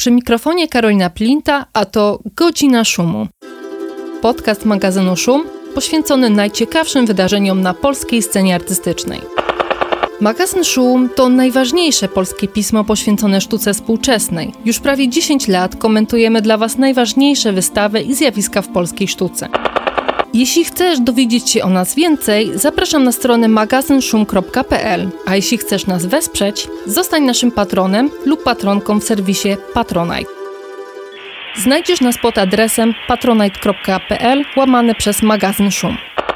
Przy mikrofonie Karolina Plinta, a to Godzina Szumu. Podcast magazynu Szum poświęcony najciekawszym wydarzeniom na polskiej scenie artystycznej. Magazyn Szum to najważniejsze polskie pismo poświęcone sztuce współczesnej. Już prawie 10 lat komentujemy dla Was najważniejsze wystawy i zjawiska w polskiej sztuce. Jeśli chcesz dowiedzieć się o nas więcej, zapraszam na stronę magazynszum.pl, a jeśli chcesz nas wesprzeć, zostań naszym patronem lub patronką w serwisie Patronite. Znajdziesz nas pod adresem patronite.pl/magazyn Szum.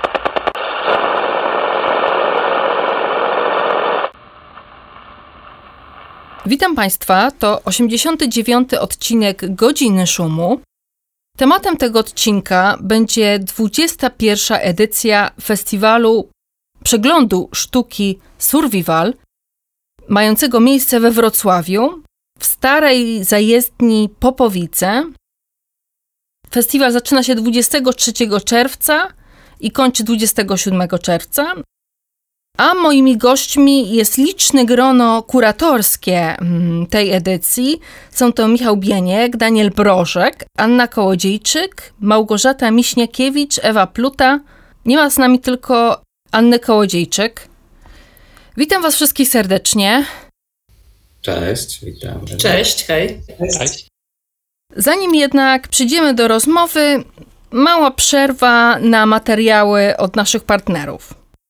Witam Państwa, to 89. odcinek Godziny Szumu. Tematem tego odcinka będzie 21. edycja festiwalu przeglądu sztuki Survival, mającego miejsce we Wrocławiu, w starej zajezdni Popowice. Festiwal zaczyna się 23 czerwca i kończy 27 czerwca. A moimi gośćmi jest liczne grono kuratorskie tej edycji. Są to Michał Bieniek, Daniel Brożek, Anna Kołodziejczyk, Małgorzata Miśniakiewicz, Ewa Pluta. Nie ma z nami tylko Anny Kołodziejczyk. Witam Was wszystkich serdecznie. Cześć, witam. Cześć, hej. Cześć. Zanim jednak przyjdziemy do rozmowy, mała przerwa na materiały od naszych partnerów.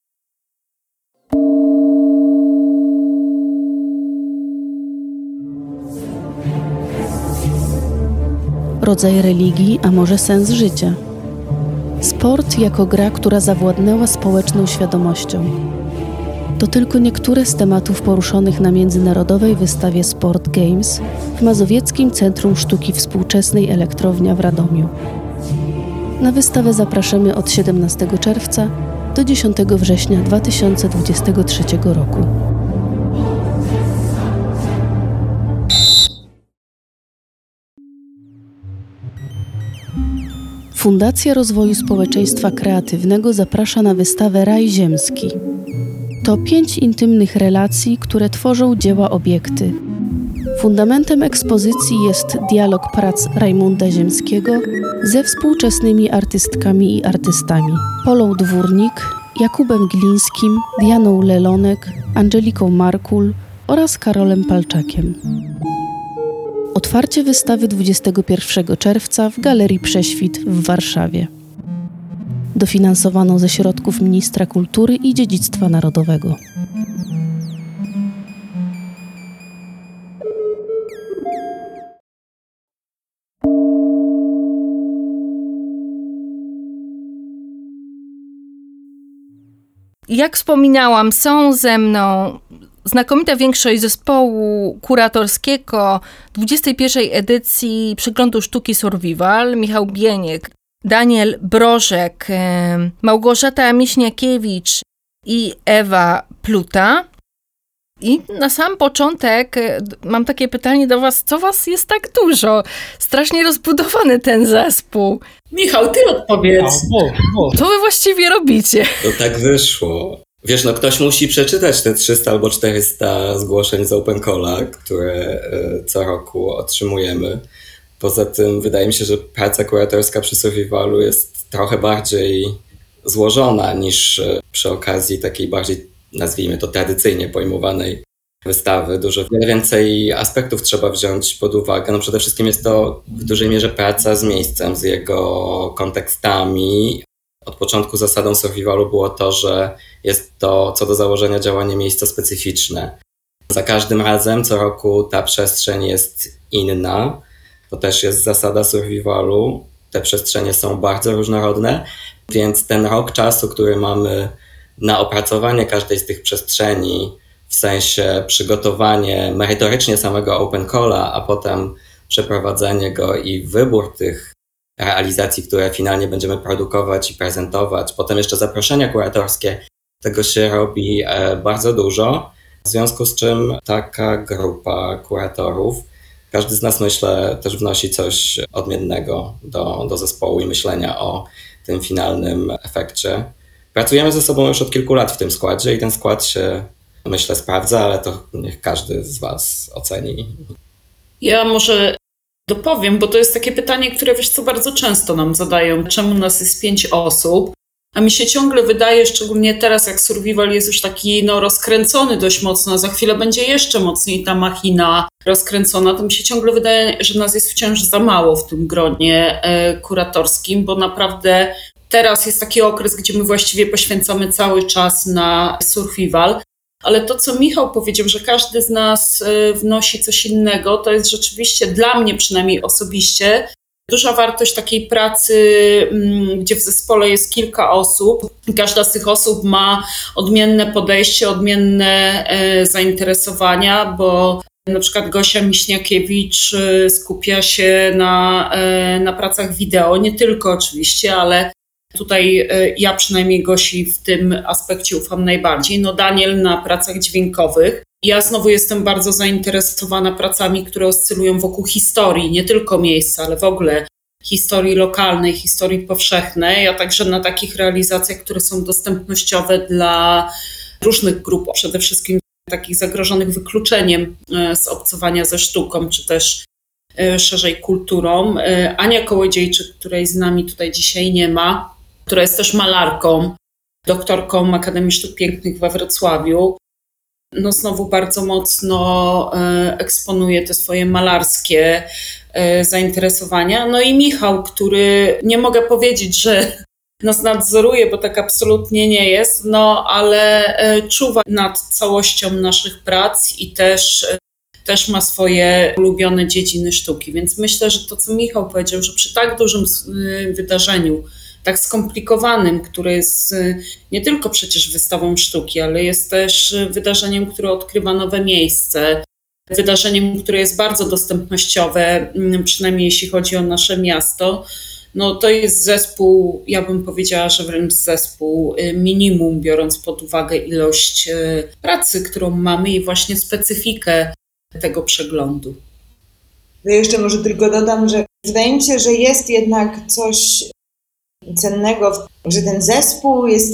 Rodzaj religii, a może sens życia. Sport jako gra, która zawładnęła społeczną świadomością. To tylko niektóre z tematów poruszonych na międzynarodowej wystawie Sport Games w Mazowieckim Centrum Sztuki Współczesnej Elektrownia w Radomiu. Na wystawę zapraszamy od 17 czerwca do 10 września 2023 roku. Fundacja Rozwoju Społeczeństwa Kreatywnego zaprasza na wystawę Raj Ziemski. To 5 intymnych relacji, które tworzą dzieła obiekty. Fundamentem ekspozycji jest dialog prac Rajmunda Ziemskiego ze współczesnymi artystkami i artystami. Polą Dwórnik, Jakubem Glińskim, Dianą Lelonek, Angeliką Markul oraz Karolem Palczakiem. Otwarcie wystawy 21 czerwca w Galerii Prześwit w Warszawie. Dofinansowano ze środków Ministra Kultury i Dziedzictwa Narodowego. Jak wspominałam, są ze mną znakomita większość zespołu kuratorskiego 21. edycji przeglądu sztuki Survival, Michał Bieniek, Daniel Brożek, Małgorzata Miśniakiewicz i Ewa Pluta. I na sam początek mam takie pytanie do Was, co Was jest tak dużo? Strasznie rozbudowany ten zespół. Michał, ty odpowiedz. Co Wy właściwie robicie? To tak wyszło. Wiesz, ktoś musi przeczytać te 300 albo 400 zgłoszeń z Open Calla, które co roku otrzymujemy. Poza tym wydaje mi się, że praca kuratorska przy Survivalu jest trochę bardziej złożona niż przy okazji takiej bardziej, nazwijmy to, tradycyjnie pojmowanej wystawy. Dużo więcej aspektów trzeba wziąć pod uwagę. Przede wszystkim jest to w dużej mierze praca z miejscem, z jego kontekstami. Od początku zasadą Survivalu było to, że jest to co do założenia działanie miejsce specyficzne. Za każdym razem, co roku ta przestrzeń jest inna. To też jest zasada Survivalu. Te przestrzenie są bardzo różnorodne, więc ten rok czasu, który mamy na opracowanie każdej z tych przestrzeni, w sensie przygotowanie merytorycznie samego Open Calla, a potem przeprowadzenie go i wybór tych realizacji, które finalnie będziemy produkować i prezentować, potem jeszcze zaproszenia kuratorskie, tego się robi bardzo dużo, w związku z czym taka grupa kuratorów, każdy z nas, myślę, też wnosi coś odmiennego do zespołu i myślenia o tym finalnym efekcie. Pracujemy ze sobą już od kilku lat w tym składzie i ten skład się, myślę, sprawdza, ale to niech każdy z Was oceni. Ja może dopowiem, bo to jest takie pytanie, które wiesz co, bardzo często nam zadają. Czemu nas jest 5 osób? A mi się ciągle wydaje, szczególnie teraz, jak survival jest już taki rozkręcony dość mocno, za chwilę będzie jeszcze mocniej ta machina rozkręcona, to mi się ciągle wydaje, że nas jest wciąż za mało w tym gronie kuratorskim, bo naprawdę teraz jest taki okres, gdzie my właściwie poświęcamy cały czas na survival. Ale to, co Michał powiedział, że każdy z nas wnosi coś innego, to jest rzeczywiście dla mnie przynajmniej osobiście duża wartość takiej pracy, gdzie w zespole jest kilka osób. Każda z tych osób ma odmienne podejście, odmienne zainteresowania, bo na przykład Gosia Miśniakiewicz skupia się na pracach wideo, nie tylko oczywiście, ale tutaj ja przynajmniej Gosi w tym aspekcie ufam najbardziej. Daniel na pracach dźwiękowych. Ja znowu jestem bardzo zainteresowana pracami, które oscylują wokół historii, nie tylko miejsca, ale w ogóle historii lokalnej, historii powszechnej, a także na takich realizacjach, które są dostępnościowe dla różnych grup, przede wszystkim takich zagrożonych wykluczeniem z obcowania ze sztuką, czy też szerzej kulturą. Ania Kołodziejczyk, której z nami tutaj dzisiaj nie ma, która jest też malarką, doktorką Akademii Sztuk Pięknych we Wrocławiu. Znowu bardzo mocno eksponuje te swoje malarskie zainteresowania. I Michał, który nie mogę powiedzieć, że nas nadzoruje, bo tak absolutnie nie jest, ale czuwa nad całością naszych prac i też ma swoje ulubione dziedziny sztuki. Więc myślę, że to, co Michał powiedział, że przy tak dużym wydarzeniu, tak skomplikowanym, które jest nie tylko przecież wystawą sztuki, ale jest też wydarzeniem, które odkrywa nowe miejsce, wydarzeniem, które jest bardzo dostępnościowe, przynajmniej jeśli chodzi o nasze miasto. To jest zespół, ja bym powiedziała, że wręcz zespół minimum, biorąc pod uwagę ilość pracy, którą mamy i właśnie specyfikę tego przeglądu. Ja jeszcze może tylko dodam, że wydaje mi się, że jest jednak coś cennego, że ten zespół jest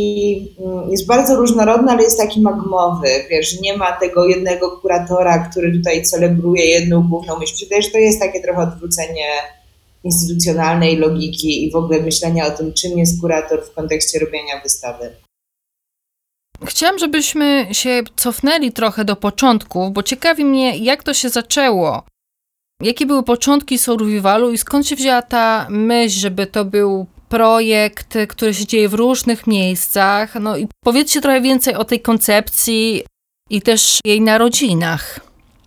bardzo różnorodny, ale jest taki magmowy, wiesz, nie ma tego jednego kuratora, który tutaj celebruje jedną główną myśl. Wydaje, że to jest takie trochę odwrócenie instytucjonalnej logiki i w ogóle myślenia o tym, czym jest kurator w kontekście robienia wystawy. Chciałam, żebyśmy się cofnęli trochę do początków, bo ciekawi mnie, jak to się zaczęło. Jakie były początki survivalu i skąd się wzięła ta myśl, żeby to był projekt, który się dzieje w różnych miejscach. I powiedzcie trochę więcej o tej koncepcji i też jej narodzinach.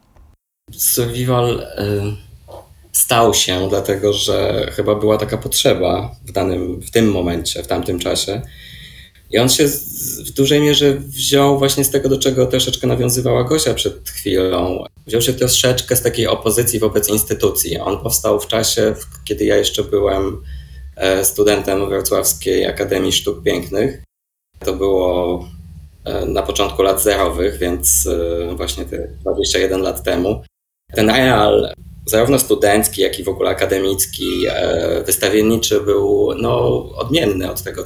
Survival stał się, dlatego że chyba była taka potrzeba w tym momencie, w tamtym czasie. I on się w dużej mierze wziął właśnie z tego, do czego troszeczkę nawiązywała Gosia przed chwilą. Wziął się troszeczkę z takiej opozycji wobec instytucji. On powstał w czasie, kiedy ja jeszcze byłem studentem Wrocławskiej Akademii Sztuk Pięknych. To było na początku lat zerowych, więc właśnie te 21 lat temu. Ten areal, zarówno studencki, jak i w ogóle akademicki, wystawienniczy był odmienny od tego,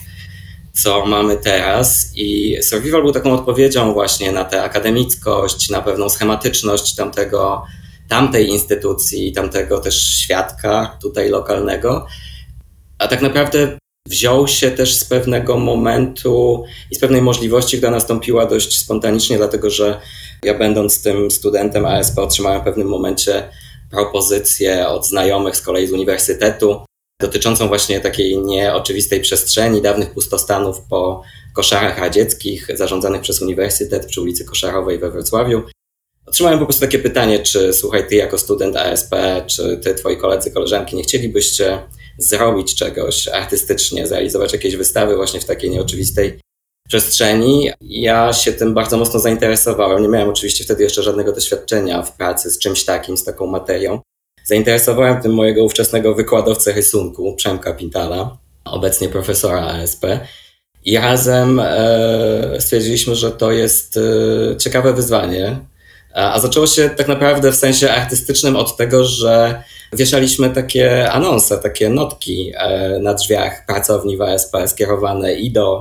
co mamy teraz. I survival był taką odpowiedzią właśnie na tę akademickość, na pewną schematyczność tamtej instytucji, tamtego też świadka tutaj lokalnego. A tak naprawdę wziął się też z pewnego momentu i z pewnej możliwości, która nastąpiła dość spontanicznie, dlatego że ja, będąc tym studentem ASP, otrzymałem w pewnym momencie propozycję od znajomych z kolei z uniwersytetu dotyczącą właśnie takiej nieoczywistej przestrzeni, dawnych pustostanów po koszarach radzieckich zarządzanych przez uniwersytet przy ulicy Koszarowej we Wrocławiu. Otrzymałem po prostu takie pytanie, czy słuchaj, ty jako student ASP, czy ty, twoi koledzy, koleżanki, nie chcielibyście zrobić czegoś artystycznie, zrealizować jakieś wystawy właśnie w takiej nieoczywistej przestrzeni. Ja się tym bardzo mocno zainteresowałem. Nie miałem oczywiście wtedy jeszcze żadnego doświadczenia w pracy z czymś takim, z taką materią. Zainteresowałem tym mojego ówczesnego wykładowcę rysunku, Przemka Pintala, obecnie profesora ASP. I razem stwierdziliśmy, że to jest ciekawe wyzwanie. A zaczęło się tak naprawdę w sensie artystycznym od tego, że wieszaliśmy takie anonse, takie notki na drzwiach pracowni w ASP skierowane i do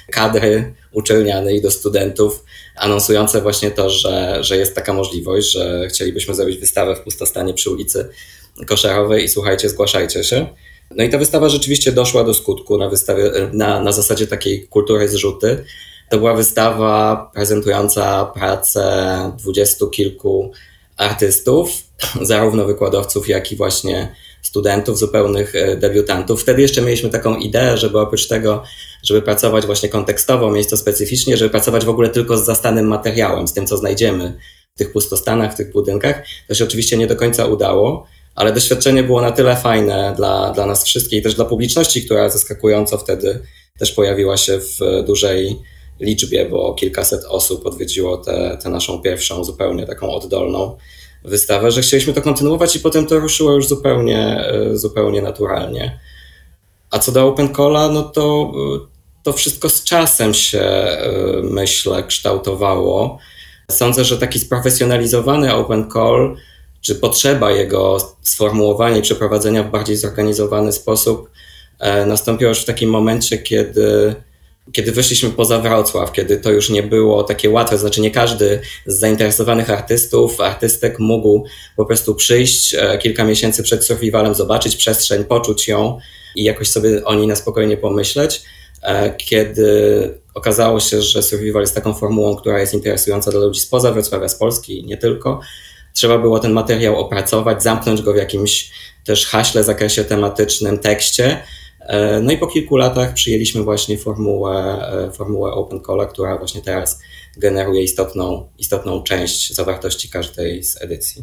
kadry uczelnianej i do studentów, anonsujące właśnie to, że jest taka możliwość, że chcielibyśmy zrobić wystawę w Pustostanie przy ulicy Koszarowej i słuchajcie, zgłaszajcie się. No i ta wystawa rzeczywiście doszła do skutku na zasadzie takiej kultury zrzuty. To była wystawa prezentująca pracę 20 kilku artystów, zarówno wykładowców, jak i właśnie studentów, zupełnych debiutantów. Wtedy jeszcze mieliśmy taką ideę, żeby oprócz tego, żeby pracować właśnie kontekstowo, miejscospecyficznie, żeby pracować w ogóle tylko z zastanym materiałem, z tym, co znajdziemy w tych pustostanach, w tych budynkach. To się oczywiście nie do końca udało, ale doświadczenie było na tyle fajne dla nas wszystkich i też dla publiczności, która zaskakująco wtedy też pojawiła się w dużej liczbie, bo kilkaset osób odwiedziło tę naszą pierwszą, zupełnie taką oddolną wystawę, że chcieliśmy to kontynuować i potem to ruszyło już zupełnie naturalnie. A co do Open Calla, no to wszystko z czasem się, myślę, kształtowało. Sądzę, że taki sprofesjonalizowany Open Call, czy potrzeba jego sformułowania i przeprowadzenia w bardziej zorganizowany sposób nastąpiła już w takim momencie, kiedy wyszliśmy poza Wrocław, kiedy to już nie było takie łatwe, znaczy nie każdy z zainteresowanych artystek mógł po prostu przyjść kilka miesięcy przed Survivalem, zobaczyć przestrzeń, poczuć ją i jakoś sobie o niej na spokojnie pomyśleć. Kiedy okazało się, że Survival jest taką formułą, która jest interesująca dla ludzi spoza Wrocławia, z Polski i nie tylko, trzeba było ten materiał opracować, zamknąć go w jakimś też haśle, zakresie tematycznym, tekście. No i po kilku latach przyjęliśmy właśnie formułę Open Calla, która właśnie teraz generuje istotną część zawartości każdej z edycji.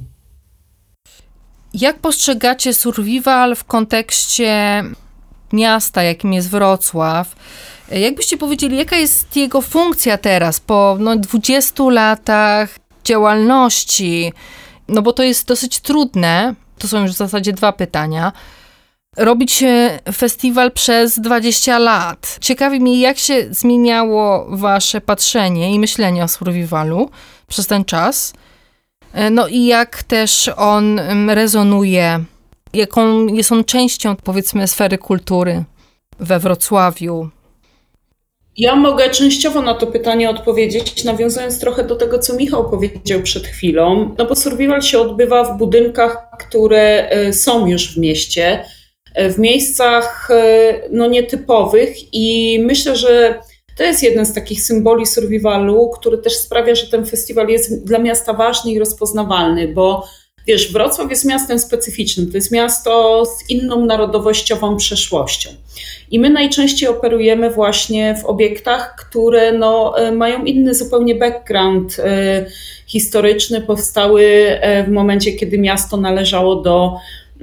Jak postrzegacie Survival w kontekście miasta, jakim jest Wrocław? Jakbyście powiedzieli, jaka jest jego funkcja teraz po 20 latach działalności? No bo to jest dosyć trudne, to są już w zasadzie 2 pytania. Robić festiwal przez 20 lat. Ciekawi mnie, jak się zmieniało wasze patrzenie i myślenie o Survivalu przez ten czas. No i jak też on rezonuje, jaką jest on częścią, powiedzmy, sfery kultury we Wrocławiu. Ja mogę częściowo na to pytanie odpowiedzieć, nawiązując trochę do tego, co Michał powiedział przed chwilą. No bo Survival się odbywa w budynkach, które są już w mieście, w miejscach nietypowych i myślę, że to jest jeden z takich symboli Survivalu, który też sprawia, że ten festiwal jest dla miasta ważny i rozpoznawalny, bo wiesz, Wrocław jest miastem specyficznym, to jest miasto z inną narodowościową przeszłością i my najczęściej operujemy właśnie w obiektach, które mają inny zupełnie background historyczny, powstały w momencie, kiedy miasto należało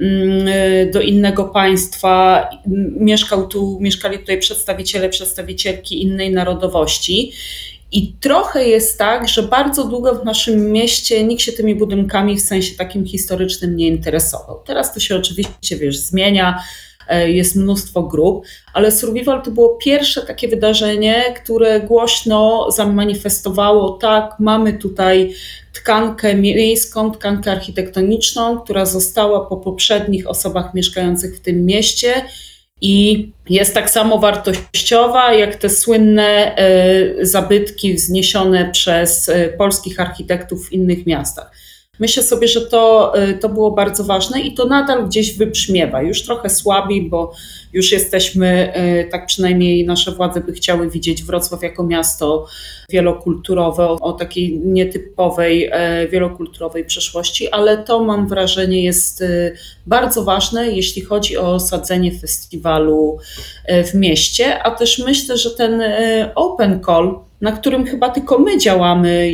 do innego państwa, mieszkali tutaj przedstawicielki innej narodowości. I trochę jest tak, że bardzo długo w naszym mieście nikt się tymi budynkami w sensie takim historycznym nie interesował. Teraz to się oczywiście, zmienia, jest mnóstwo grup, ale Survival to było pierwsze takie wydarzenie, które głośno zamanifestowało, tak, mamy tutaj tkankę miejską, tkankę architektoniczną, która została po poprzednich osobach mieszkających w tym mieście i jest tak samo wartościowa jak te słynne zabytki wzniesione przez polskich architektów w innych miastach. Myślę sobie, że to było bardzo ważne i to nadal gdzieś wybrzmiewa. Już trochę słabiej, bo już jesteśmy, tak przynajmniej nasze władze by chciały widzieć Wrocław jako miasto wielokulturowe, o takiej nietypowej, wielokulturowej przeszłości, ale to mam wrażenie jest bardzo ważne, jeśli chodzi o osadzenie festiwalu w mieście, a też myślę, że ten Open Call, na którym chyba tylko my działamy,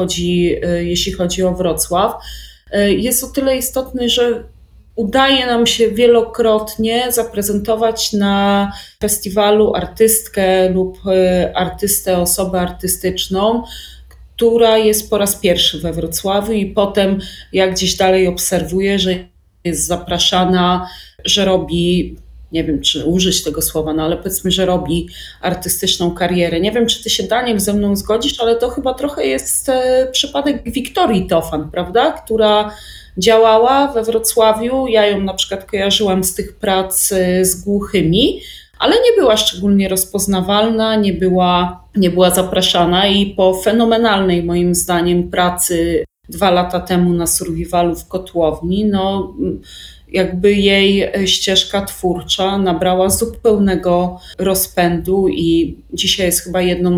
jeśli chodzi o Wrocław, jest o tyle istotny, że udaje nam się wielokrotnie zaprezentować na festiwalu artystkę lub artystę, osobę artystyczną, która jest po raz pierwszy we Wrocławiu i potem jak gdzieś dalej obserwuję, że jest zapraszana, że robi, nie wiem czy użyć tego słowa, ale powiedzmy, że robi artystyczną karierę. Nie wiem, czy ty się, Daniel, ze mną zgodzisz, ale to chyba trochę jest przypadek Wiktorii Tofan, prawda, która działała we Wrocławiu. Ja ją na przykład kojarzyłam z tych prac z głuchymi, ale nie była szczególnie rozpoznawalna, nie była zapraszana i po fenomenalnej moim zdaniem pracy 2 lata temu na Survivalu w Kotłowni, no jakby jej ścieżka twórcza nabrała zupełnego rozpędu i dzisiaj jest chyba jedną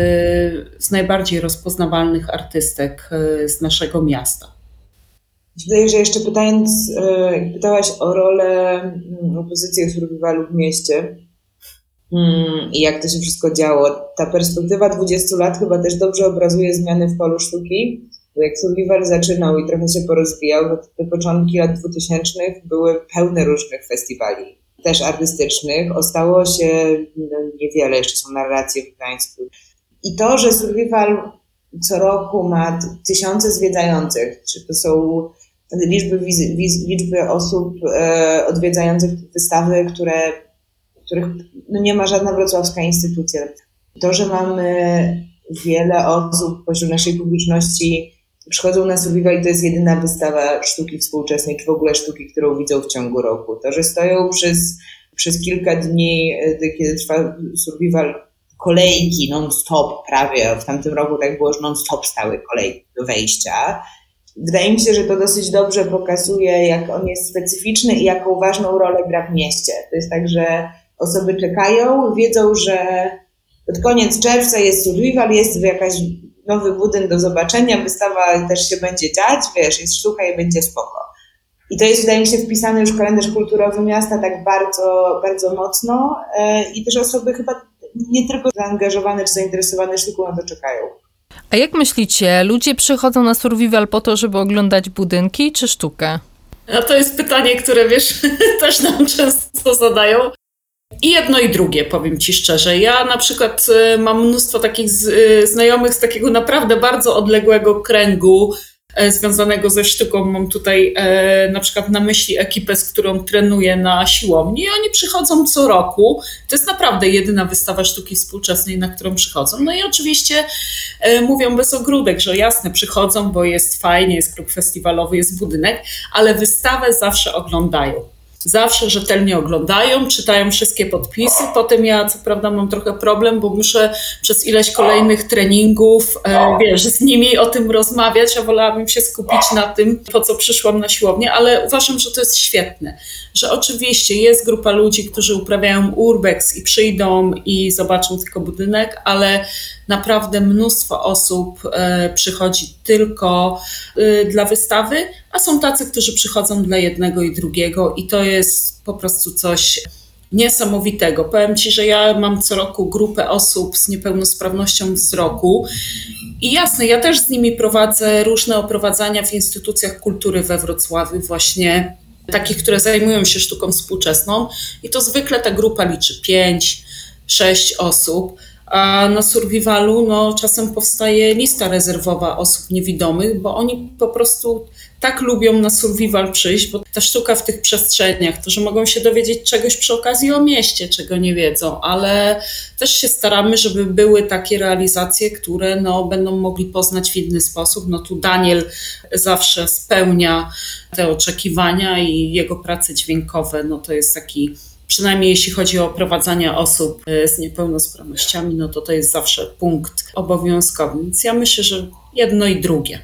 z najbardziej rozpoznawalnych artystek z naszego miasta. Wydaje, że jeszcze pytałaś o rolę opozycji w Survivalu w mieście i jak to się wszystko działo. Ta perspektywa 20 lat chyba też dobrze obrazuje zmiany w polu sztuki. Bo jak Survival zaczynał i trochę się porozwijał, to te początki lat 2000 były pełne różnych festiwali, też artystycznych. Ostało się niewiele, jeszcze są narracje w Gdańsku. I to, że Survival co roku ma tysiące zwiedzających, czy to są liczby osób odwiedzających wystawy, których nie ma żadna wrocławska instytucja. To, że mamy wiele osób pośród naszej publiczności przychodzą na Survival i to jest jedyna wystawa sztuki współczesnej, czy w ogóle sztuki, którą widzą w ciągu roku. To, że stoją przez kilka dni, kiedy trwa Survival, kolejki non-stop prawie, w tamtym roku tak było, że non-stop stały kolejki do wejścia. Wydaje mi się, że to dosyć dobrze pokazuje, jak on jest specyficzny i jaką ważną rolę gra w mieście. To jest tak, że osoby czekają, wiedzą, że pod koniec czerwca jest Survival, jest jakaś nowy budynek do zobaczenia, wystawa też się będzie dziać, wiesz, jest sztuka i będzie spoko. I to jest, wydaje mi się, wpisane już w kalendarz kulturowy miasta tak bardzo, bardzo mocno i też osoby chyba nie tylko zaangażowane czy zainteresowane sztuką na to czekają. A jak myślicie, ludzie przychodzą na Survival po to, żeby oglądać budynki czy sztukę? No to jest pytanie, które wiesz, też nam często zadają. I jedno i drugie, powiem Ci szczerze. Ja na przykład mam mnóstwo takich znajomych z takiego naprawdę bardzo odległego kręgu związanego ze sztuką. Mam tutaj na przykład na myśli ekipę, z którą trenuję na siłowni i oni przychodzą co roku. To jest naprawdę jedyna wystawa sztuki współczesnej, na którą przychodzą. No i oczywiście mówią bez ogródek, że jasne, przychodzą, bo jest fajnie, jest klub festiwalowy, jest budynek, ale wystawę zawsze oglądają. Zawsze rzetelnie oglądają, czytają wszystkie podpisy. Potem ja co prawda mam trochę problem, bo muszę przez ileś kolejnych treningów, z nimi o tym rozmawiać, a wolałabym się skupić na tym, po co przyszłam na siłownię, ale uważam, że to jest świetne, że oczywiście jest grupa ludzi, którzy uprawiają urbex i przyjdą i zobaczą tylko budynek, ale naprawdę mnóstwo osób przychodzi tylko dla wystawy, a są tacy, którzy przychodzą dla jednego i drugiego i to jest po prostu coś niesamowitego. Powiem Ci, że ja mam co roku grupę osób z niepełnosprawnością wzroku i jasne, ja też z nimi prowadzę różne oprowadzania w instytucjach kultury we Wrocławiu, właśnie takich, które zajmują się sztuką współczesną i to zwykle ta grupa liczy 5-6 osób. A na Survivalu czasem powstaje lista rezerwowa osób niewidomych, bo oni po prostu tak lubią na Survival przyjść, bo ta sztuka w tych przestrzeniach, to że mogą się dowiedzieć czegoś przy okazji o mieście, czego nie wiedzą, ale też się staramy, żeby były takie realizacje, które będą mogli poznać w inny sposób. Tu Daniel zawsze spełnia te oczekiwania i jego prace dźwiękowe, to jest taki, przynajmniej jeśli chodzi o oprowadzania osób z niepełnosprawnościami, to jest zawsze punkt obowiązkowy. Więc ja myślę, że jedno i drugie.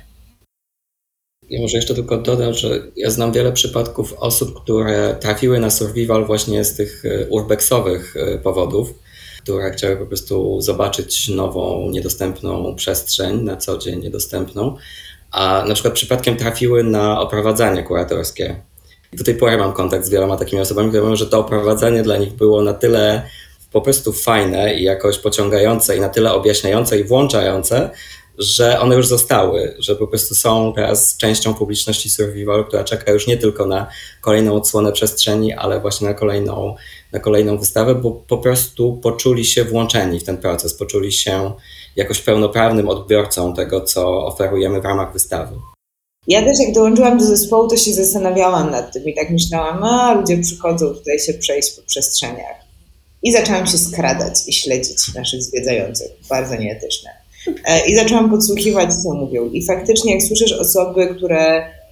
Ja może jeszcze tylko dodam, że ja znam wiele przypadków osób, które trafiły na Survival właśnie z tych urbexowych powodów, które chciały po prostu zobaczyć nową, niedostępną przestrzeń, na co dzień niedostępną, a na przykład przypadkiem trafiły na oprowadzanie kuratorskie. Do tej pory mam kontakt z wieloma takimi osobami, które mówią, że to oprowadzanie dla nich było na tyle po prostu fajne i jakoś pociągające i na tyle objaśniające i włączające, że one już zostały, że po prostu są teraz częścią publiczności Survival, która czeka już nie tylko na kolejną odsłonę przestrzeni, ale właśnie na kolejną wystawę, bo po prostu poczuli się włączeni w ten proces, poczuli się jakoś pełnoprawnym odbiorcą tego, co oferujemy w ramach wystawy. Ja też jak dołączyłam do zespołu, to się zastanawiałam nad tym i tak myślałam, ludzie przychodzą tutaj się przejść po przestrzeniach. I zaczęłam się skradać i śledzić naszych zwiedzających. Bardzo nieetyczne. I zaczęłam podsłuchiwać, co mówią. I faktycznie jak słyszysz osoby, które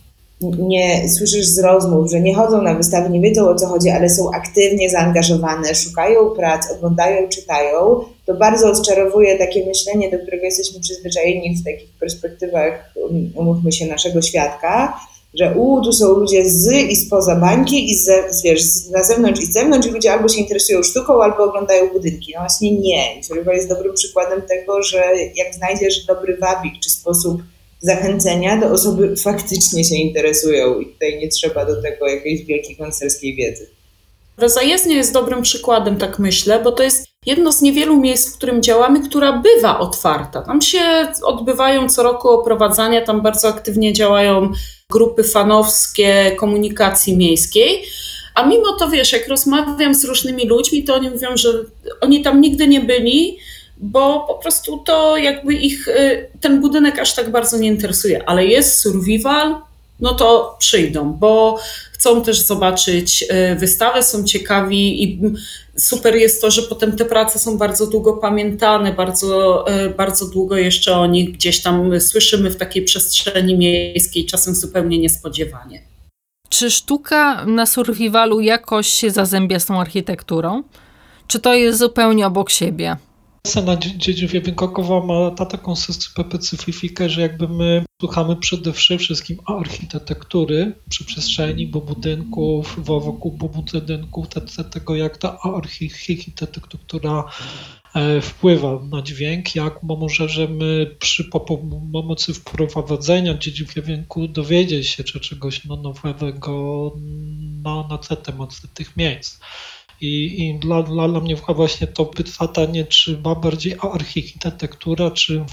nie słyszysz z rozmów, że nie chodzą na wystawy, nie wiedzą o co chodzi, ale są aktywnie zaangażowane, szukają prac, oglądają, czytają, to bardzo odczarowuje takie myślenie, do którego jesteśmy przyzwyczajeni w takich perspektywach, umówmy się, naszego świadka, że tu są ludzie z i spoza bańki i na zewnątrz i z zewnątrz i ludzie albo się interesują sztuką, albo oglądają budynki. No właśnie nie. I Survival jest dobrym przykładem tego, że jak znajdziesz dobry wabik czy sposób zachęcenia, to osoby faktycznie się interesują i tutaj nie trzeba do tego jakiejś wielkiej koncerskiej wiedzy. Zajezdnia jest dobrym przykładem, tak myślę, bo to jest jedno z niewielu miejsc, w którym działamy, która bywa otwarta. Tam się odbywają co roku oprowadzania, tam bardzo aktywnie działają grupy fanowskie komunikacji miejskiej, a mimo to wiesz, jak rozmawiam z różnymi ludźmi, to oni mówią, że oni tam nigdy nie byli, bo po prostu to jakby ich ten budynek aż tak bardzo nie interesuje, ale jest survival, no to przyjdą, bo chcą też zobaczyć wystawę, są ciekawi i super jest to, że potem te prace są bardzo długo pamiętane, bardzo długo jeszcze o nich gdzieś tam słyszymy w takiej przestrzeni miejskiej, czasem zupełnie niespodziewanie. Czy sztuka na survivalu jakoś się zazębia z tą architekturą? Czy to jest zupełnie obok siebie? Scena Dziedzictwa Bangkokowa ma taką specyfikę, że jakby my słuchamy przede wszystkim architektury przy przestrzeni, bo budynków, wokół budynków, tego jak ta architektura wpływa na dźwięk, jak możemy przy pomocy wprowadzenia dziedzictwa dowiedzieć się czegoś nowego na temat tych miejsc. I dla mnie właśnie to pytanie, czy ma bardziej architektura, czy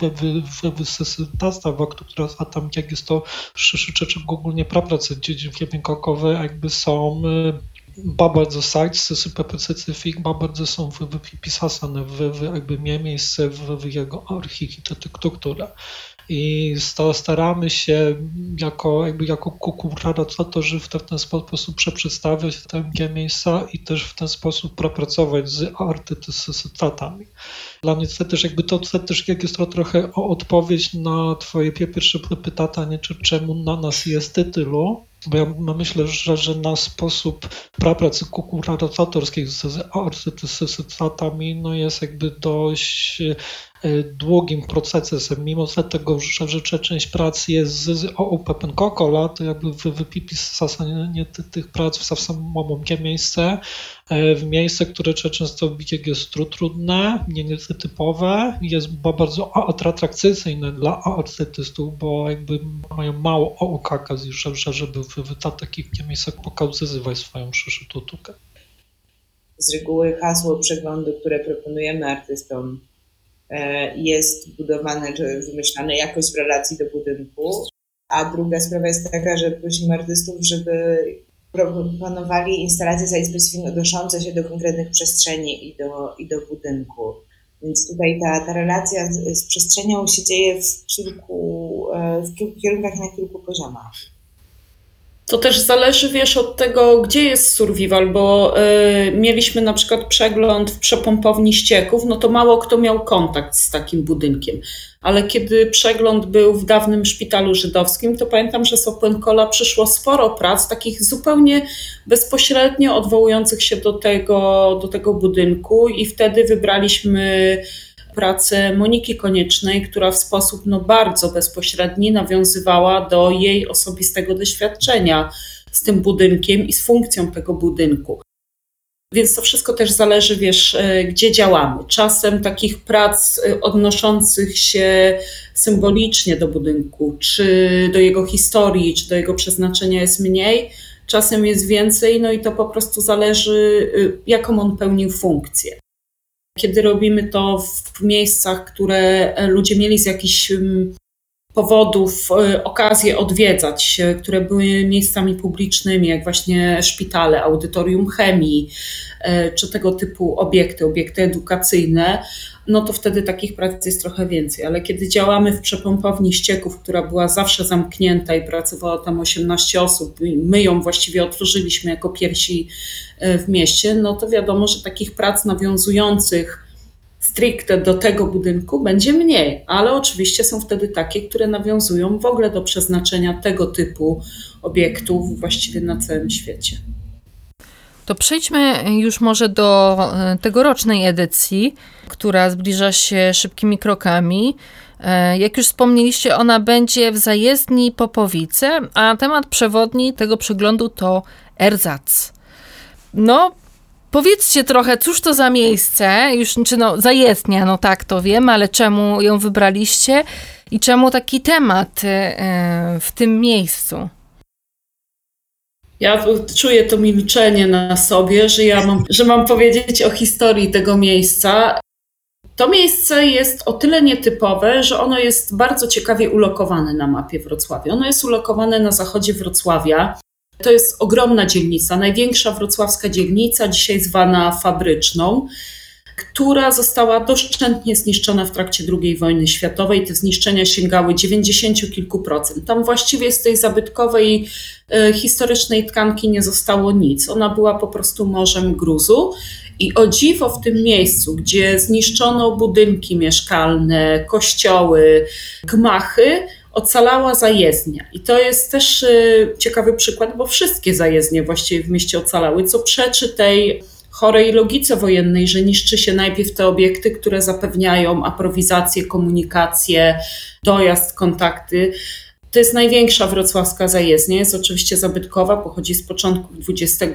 wystawa, która tam jak jest to ogólnie prace dziedzictwa Bangkokowe jakby są bardzo site-specific, bardzo są wypisane w jakby miejsce w jego architekturze. I staramy się jako kuratorzy w ten sposób przedstawiać te miejsca i też w ten sposób pracować z artystami. Dla mnie to też jak jest to trochę odpowiedź na twoje pierwsze pytanie, czemu na nas jest tylu. Bo ja myślę, że na sposób pracy kuratorskiej z artystami jest jakby dość długim procesem. Mimo tego, że część prac jest z Open Kokola, to jakby wypisanie tych prac w samą miejsce, w miejsce, które często jest trudne, nietypowe, jest bardzo atrakcyjne dla artystów, bo jakby mają mało okazji, żeby w takich miejscach pokazywać swoją sztukę. Z reguły hasło przeglądu, które proponujemy artystom, jest budowane czy wymyślane jakoś w relacji do budynku, a druga sprawa jest taka, że prosimy artystów, żeby proponowali instalacje site-specific odnoszące się do konkretnych przestrzeni i do budynku. Więc tutaj ta relacja z przestrzenią się dzieje w kilku kierunkach na kilku poziomach. To też zależy, wiesz, od tego, gdzie jest survival, bo mieliśmy na przykład przegląd w przepompowni ścieków, no to mało kto miał kontakt z takim budynkiem. Ale kiedy przegląd był w dawnym szpitalu żydowskim, to pamiętam, że z Open Cola przyszło sporo prac, takich zupełnie bezpośrednio odwołujących się do tego budynku i wtedy wybraliśmy pracę Moniki Koniecznej, która w sposób bardzo bezpośredni nawiązywała do jej osobistego doświadczenia z tym budynkiem i z funkcją tego budynku. Więc to wszystko też zależy, wiesz, gdzie działamy. Czasem takich prac odnoszących się symbolicznie do budynku, czy do jego historii, czy do jego przeznaczenia jest mniej, czasem jest więcej, no i to po prostu zależy, jaką on pełnił funkcję. Kiedy robimy to w miejscach, które ludzie mieli z jakichś powodów okazję odwiedzać, które były miejscami publicznymi, jak właśnie szpitale, audytorium chemii, czy tego typu obiekty edukacyjne, no to wtedy takich prac jest trochę więcej. Ale kiedy działamy w przepompowni ścieków, która była zawsze zamknięta i pracowało tam 18 osób, i my ją właściwie otworzyliśmy jako pierwsi w mieście, no to wiadomo, że takich prac nawiązujących stricte do tego budynku, będzie mniej, ale oczywiście są wtedy takie, które nawiązują w ogóle do przeznaczenia tego typu obiektów właściwie na całym świecie. To przejdźmy już może do tegorocznej edycji, która zbliża się szybkimi krokami. Jak już wspomnieliście, ona będzie w zajezdni Popowice, a temat przewodni tego przeglądu to Ersatz. No, powiedzcie trochę, cóż to za miejsce, zajezdnia, tak to wiem, ale czemu ją wybraliście i czemu taki temat w tym miejscu? Ja czuję to milczenie na sobie, że mam powiedzieć o historii tego miejsca. To miejsce jest o tyle nietypowe, że ono jest bardzo ciekawie ulokowane na mapie Wrocławia. Ono jest ulokowane na zachodzie Wrocławia. To jest ogromna dzielnica, największa wrocławska dzielnica, dzisiaj zwana Fabryczną, która została doszczętnie zniszczona w trakcie II wojny światowej. Te zniszczenia sięgały 90 kilku procent. Tam właściwie z tej zabytkowej, historycznej tkanki nie zostało nic. Ona była po prostu morzem gruzu. I o dziwo w tym miejscu, gdzie zniszczono budynki mieszkalne, kościoły, gmachy, ocalała zajezdnia. I to jest też ciekawy przykład, bo wszystkie zajezdnie właściwie w mieście ocalały, co przeczy tej chorej logice wojennej, że niszczy się najpierw te obiekty, które zapewniają aprowizację, komunikację, dojazd, kontakty. To jest największa wrocławska zajezdnia, jest oczywiście zabytkowa, pochodzi z początków XX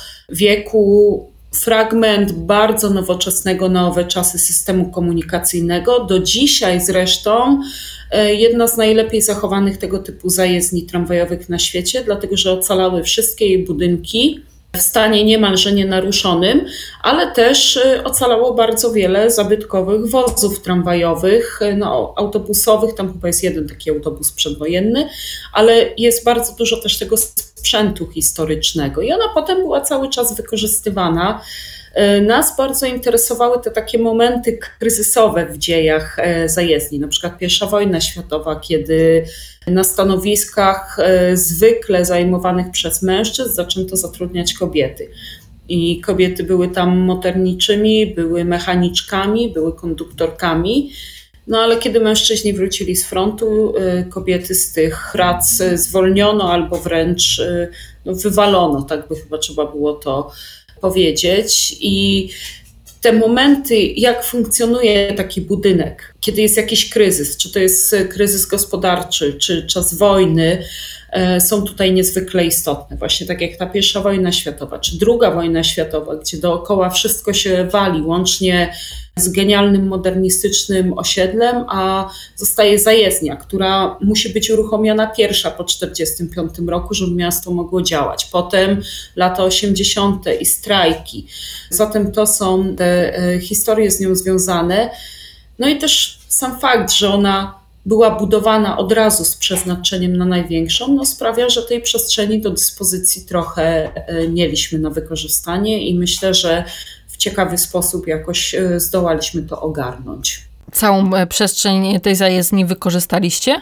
wieku. Fragment bardzo nowoczesnego na owe czasy systemu komunikacyjnego. Do dzisiaj zresztą jedna z najlepiej zachowanych tego typu zajezdni tramwajowych na świecie, dlatego że ocalały wszystkie jej budynki w stanie niemalże nienaruszonym, ale też ocalało bardzo wiele zabytkowych wozów tramwajowych, autobusowych, tam chyba jest jeden taki autobus przedwojenny, ale jest bardzo dużo też tego sprzętu historycznego i ona potem była cały czas wykorzystywana. Nas bardzo interesowały te takie momenty kryzysowe w dziejach zajezdni, na przykład I wojna światowa, kiedy na stanowiskach zwykle zajmowanych przez mężczyzn zaczęto zatrudniać kobiety. I kobiety były tam motorniczymi, były mechaniczkami, były konduktorkami. No ale kiedy mężczyźni wrócili z frontu, kobiety z tych prac zwolniono albo wręcz wywalono, tak by chyba trzeba było to powiedzieć. I te momenty, jak funkcjonuje taki budynek, kiedy jest jakiś kryzys, czy to jest kryzys gospodarczy, czy czas wojny, są tutaj niezwykle istotne. Właśnie tak jak ta I wojna światowa, czy II wojna światowa, gdzie dookoła wszystko się wali, łącznie z genialnym, modernistycznym osiedlem, a zostaje zajezdnia, która musi być uruchomiona pierwsza po 1945 roku, żeby miasto mogło działać. Potem lata 80. i strajki. Zatem to są te historie z nią związane. No i też sam fakt, że ona była budowana od razu z przeznaczeniem na największą, sprawia, że tej przestrzeni do dyspozycji trochę mieliśmy na wykorzystanie i myślę, że w ciekawy sposób jakoś zdołaliśmy to ogarnąć. Całą przestrzeń tej zajezdni wykorzystaliście?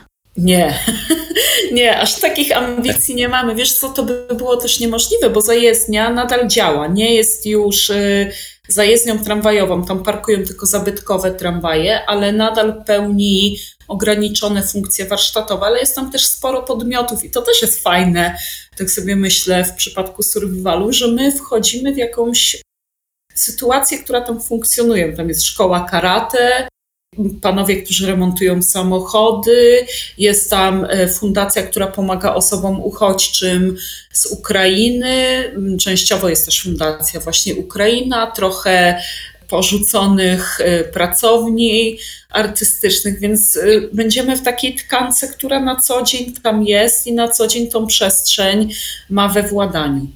Nie, aż takich ambicji nie mamy. Wiesz co, to by było też niemożliwe, bo zajezdnia nadal działa. Nie jest już zajezdnią tramwajową, tam parkują tylko zabytkowe tramwaje, ale nadal pełni ograniczone funkcje warsztatowe, ale jest tam też sporo podmiotów i to też jest fajne, tak sobie myślę w przypadku survivalu, że my wchodzimy w jakąś sytuację, która tam funkcjonuje. Tam jest szkoła karate, panowie, którzy remontują samochody, jest tam fundacja, która pomaga osobom uchodźczym z Ukrainy, częściowo jest też fundacja właśnie Ukraina, trochę porzuconych pracowni artystycznych, więc będziemy w takiej tkance, która na co dzień tam jest i na co dzień tą przestrzeń ma we władaniu.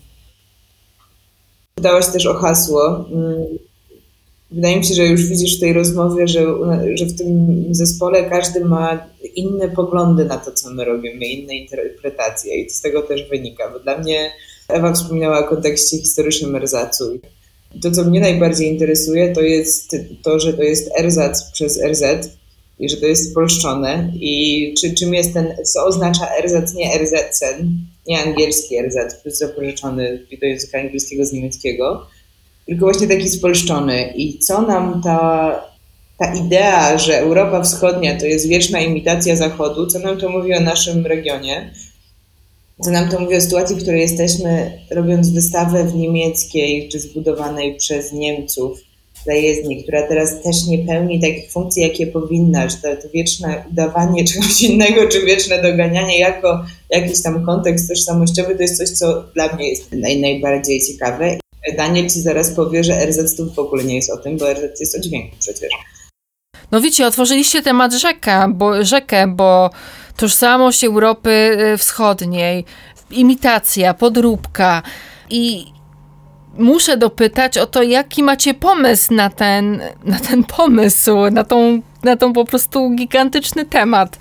Pytałaś też o hasło. Wydaje mi się, że już widzisz w tej rozmowie, że w tym zespole każdy ma inne poglądy na to, co my robimy, inne interpretacje i z tego też wynika, bo dla mnie Ewa wspomniała o kontekście historycznym Ersatzu. To, co mnie najbardziej interesuje, to jest to, że to jest Ersatz przez RZ i że to jest spolszczone i czym jest co oznacza Ersatz, nie Ersetzen, nie angielski Ersatz, zapożyczony do języka angielskiego z niemieckiego, tylko właśnie taki spolszczony. I co nam ta ta idea, że Europa Wschodnia to jest wieczna imitacja Zachodu, co nam to mówi o naszym regionie? Co nam to mówi o sytuacji, w której jesteśmy, robiąc wystawę w niemieckiej, czy zbudowanej przez Niemców zajezdni, która teraz też nie pełni takich funkcji, jakie powinna, że to wieczne udawanie czegoś innego, czy wieczne doganianie jako jakiś tam kontekst tożsamościowy, to jest coś, co dla mnie jest najbardziej ciekawe. Daniel ci zaraz powie, że RZ to w ogóle nie jest o tym, bo RZ jest o dźwięku przecież. No wiecie, otworzyliście temat rzekę, bo tożsamość Europy Wschodniej, imitacja, podróbka i muszę dopytać o to, jaki macie pomysł na ten pomysł, na tą po prostu gigantyczny temat.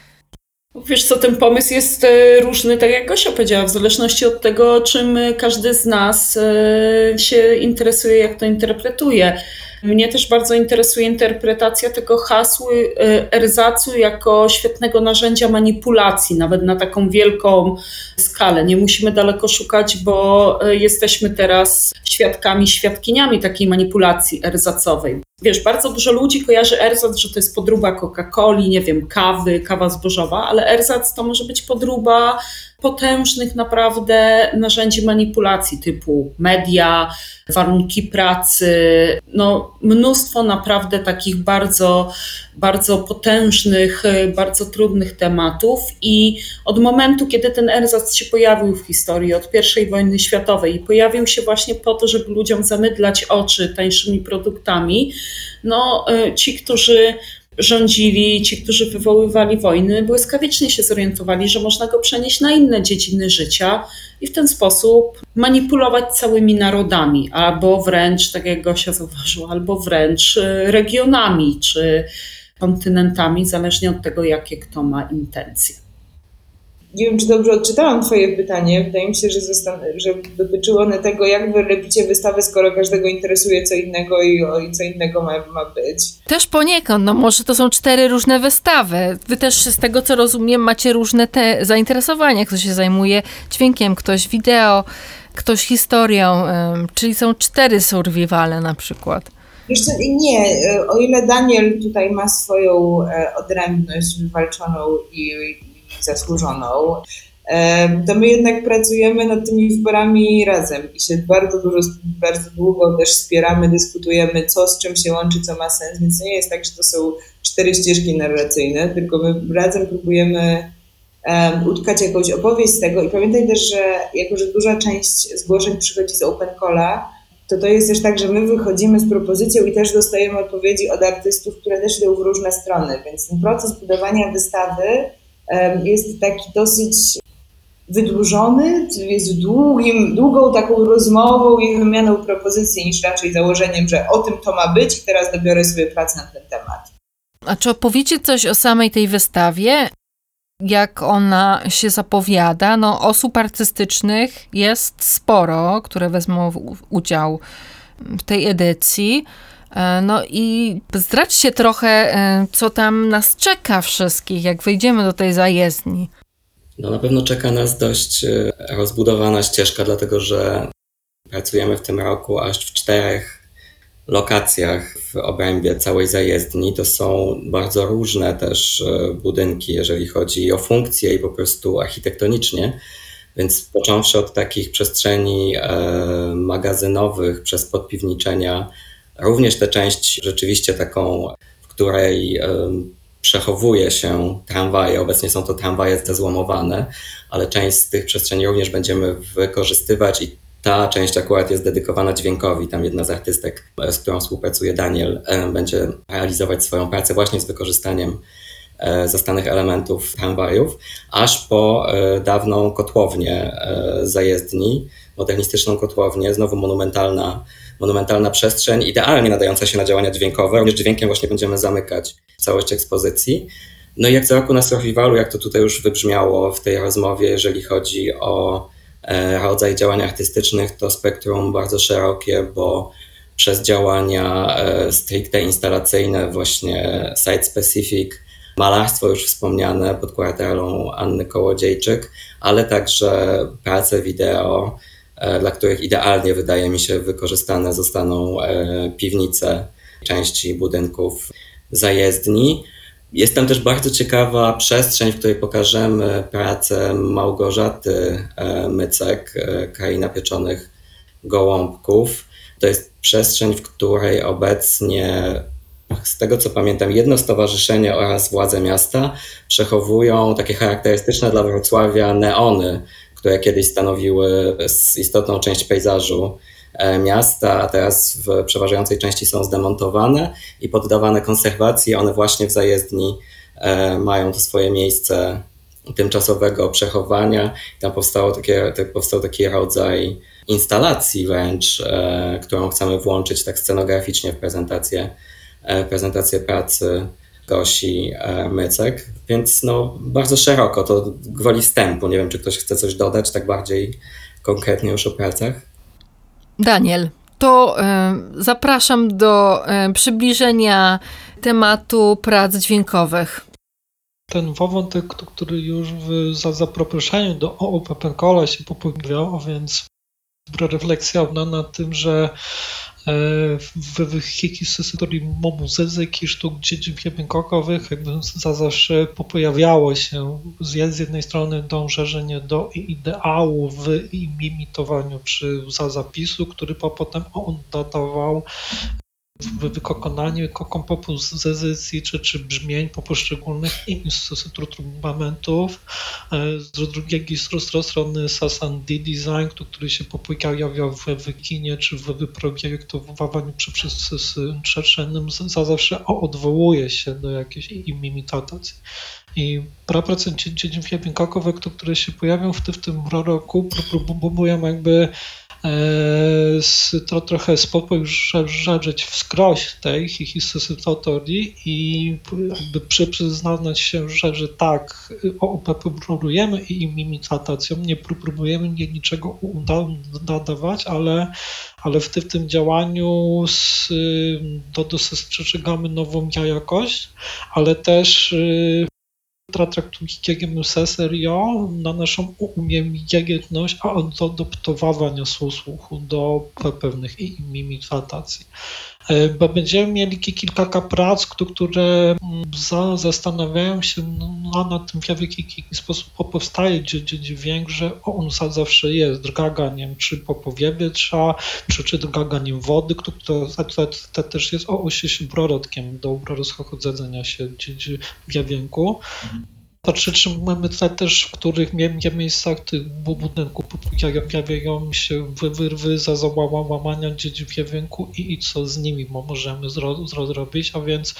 Wiesz co, ten pomysł jest różny, tak jak Gosia powiedziała, w zależności od tego, czym każdy z nas się interesuje, jak to interpretuje. Mnie też bardzo interesuje interpretacja tego hasła erzacu jako świetnego narzędzia manipulacji, nawet na taką wielką skalę. Nie musimy daleko szukać, bo jesteśmy teraz świadkiniami takiej manipulacji erzacowej. Wiesz, bardzo dużo ludzi kojarzy erzac, że to jest podróba Coca-Coli, nie wiem, kawa zbożowa, ale erzac to może być podróba potężnych naprawdę narzędzi manipulacji typu media, warunki pracy, no mnóstwo naprawdę takich bardzo, bardzo potężnych, bardzo trudnych tematów i od momentu, kiedy ten erzac się pojawił w historii, od I wojny światowej i pojawił się właśnie po to, żeby ludziom zamydlać oczy tańszymi produktami, no ci, którzy rządzili, ci, którzy wywoływali wojny, błyskawicznie się zorientowali, że można go przenieść na inne dziedziny życia i w ten sposób manipulować całymi narodami, albo wręcz, tak jak Gosia zauważyła, albo wręcz regionami czy kontynentami, zależnie od tego, jakie kto ma intencje. Nie wiem, czy dobrze odczytałam twoje pytanie. Wydaje mi się, że dotyczyło one tego, jak wy robicie wystawę, skoro każdego interesuje co innego i co innego ma być. Też poniekąd, no może to są 4 różne wystawy. Wy też z tego, co rozumiem, macie różne te zainteresowania. Ktoś się zajmuje dźwiękiem, ktoś wideo, ktoś historią, czyli są 4 survivale na przykład. Jeszcze nie, o ile Daniel tutaj ma swoją odrębność wywalczoną i zasłużoną, to my jednak pracujemy nad tymi wyborami razem i się bardzo długo też wspieramy, dyskutujemy, co z czym się łączy, co ma sens, więc nie jest tak, że to są 4 ścieżki narracyjne, tylko my razem próbujemy utkać jakąś opowieść z tego i pamiętaj też, że jako, że duża część zgłoszeń przychodzi z Open Calla, to jest też tak, że my wychodzimy z propozycją i też dostajemy odpowiedzi od artystów, które też idą w różne strony, więc ten proces budowania wystawy jest taki dosyć wydłużony, jest długą taką rozmową i wymianą propozycji niż raczej założeniem, że o tym to ma być i teraz dobiorę sobie pracę na ten temat. A czy opowiecie coś o samej tej wystawie? Jak ona się zapowiada? No, osób artystycznych jest sporo, które wezmą udział w tej edycji. No i zdradźcie trochę, co tam nas czeka wszystkich, jak wejdziemy do tej zajezdni. No na pewno czeka nas dość rozbudowana ścieżka, dlatego że pracujemy w tym roku aż w 4 lokacjach w obrębie całej zajezdni. To są bardzo różne też budynki, jeżeli chodzi o funkcje i po prostu architektonicznie. Więc począwszy od takich przestrzeni magazynowych przez podpiwniczenia, również tę część rzeczywiście taką, w której przechowuje się tramwaje. Obecnie są to tramwaje zdezłomowane, ale część z tych przestrzeni również będziemy wykorzystywać i ta część akurat jest dedykowana dźwiękowi. Tam jedna z artystek, z którą współpracuje Daniel, będzie realizować swoją pracę właśnie z wykorzystaniem zastanych elementów tramwajów, aż po dawną kotłownię zajezdni, modernistyczną kotłownię, znowu monumentalna przestrzeń, idealnie nadająca się na działania dźwiękowe. Również dźwiękiem właśnie będziemy zamykać całość ekspozycji. No i jak co roku na Survivalu, jak to tutaj już wybrzmiało w tej rozmowie, jeżeli chodzi o rodzaj działań artystycznych, to spektrum bardzo szerokie, bo przez działania stricte instalacyjne, właśnie site-specific, malarstwo już wspomniane pod kuratelą Anny Kołodziejczyk, ale także prace wideo, dla których idealnie, wydaje mi się, wykorzystane zostaną piwnice części budynków zajezdni. Jest tam też bardzo ciekawa przestrzeń, w której pokażemy pracę Małgorzaty Mycek, Kraina Pieczonych Gołąbków. To jest przestrzeń, w której obecnie, z tego co pamiętam, jedno stowarzyszenie oraz władze miasta przechowują takie charakterystyczne dla Wrocławia neony, które kiedyś stanowiły istotną część pejzażu miasta, a teraz w przeważającej części są zdemontowane i poddawane konserwacji. One właśnie w zajezdni mają to swoje miejsce tymczasowego przechowania. Tam powstał taki rodzaj instalacji wręcz, którą chcemy włączyć tak scenograficznie w prezentację pracy Gosi Mycek, więc bardzo szeroko, to gwoli wstępu. Nie wiem, czy ktoś chce coś dodać tak bardziej konkretnie już o pracach? Daniel, to zapraszam do przybliżenia tematu prac dźwiękowych. Ten wątek, który już w zaproszeniu do OPENCOLA się pojawiał, a więc refleksja nad tym, że w historii muzyki, sztuk dźwiękowych jakby zawsze pojawiało się z jednej strony dążenie do ideału w imitowaniu czy zapisu, który potem on dawał w wykonaniu kompozycji czy brzmień po poszczególnych instrumentów. Z drugiej strony sound design, który się pojawiał w kinie czy w projektowaniu przestrzennym, zawsze odwołuje się do jakiejś imitacji. I prace dźwiękowe, które się pojawią w tym roku, próbują jakby trochę spojrzeć wskroś tej historii i jakby przyznać się, że tak, próbujemy imitacją, nie próbujemy niczego nadawać, ale w tym działaniu dostrzegamy nową jakość, ale też traktujemy serio na naszą umiejętność adoptowania słuchu do pewnych imitacji. Będziemy mieli kilka prac, które zastanawiają się nad tym, w jaki sposób powstaje dźwięk, że on zawsze jest drgaganiem, czy powietrza, czy drgaganiem wody, które też jest środkiem do rozchodzenia się dźwięku. Czy mamy też, w których miejscach tych budynków pojawiają się wyrwy, załamania dźwięku i co z nimi możemy zrobić, a więc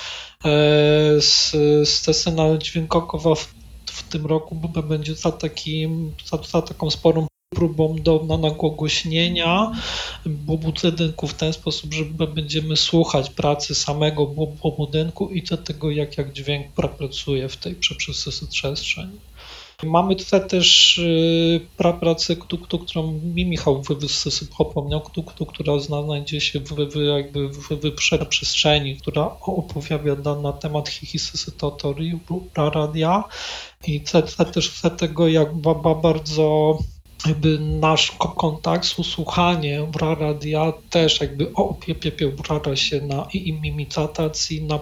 scena dźwiękowa w tym roku będzie za taką sporą próbą do nagłośnienia budynku w ten sposób, że będziemy słuchać pracy samego budynku i do tego, jak dźwięk pracuje w tej przestrzeni. Mamy tutaj też pracę, którą Michał wspomniał, która znajdzie się w przestrzeni, która opowiada na temat historii radia i też tego, jak bardzo jakby nasz kontakt, słuchanie radia też jakby opiera się na imitacji, na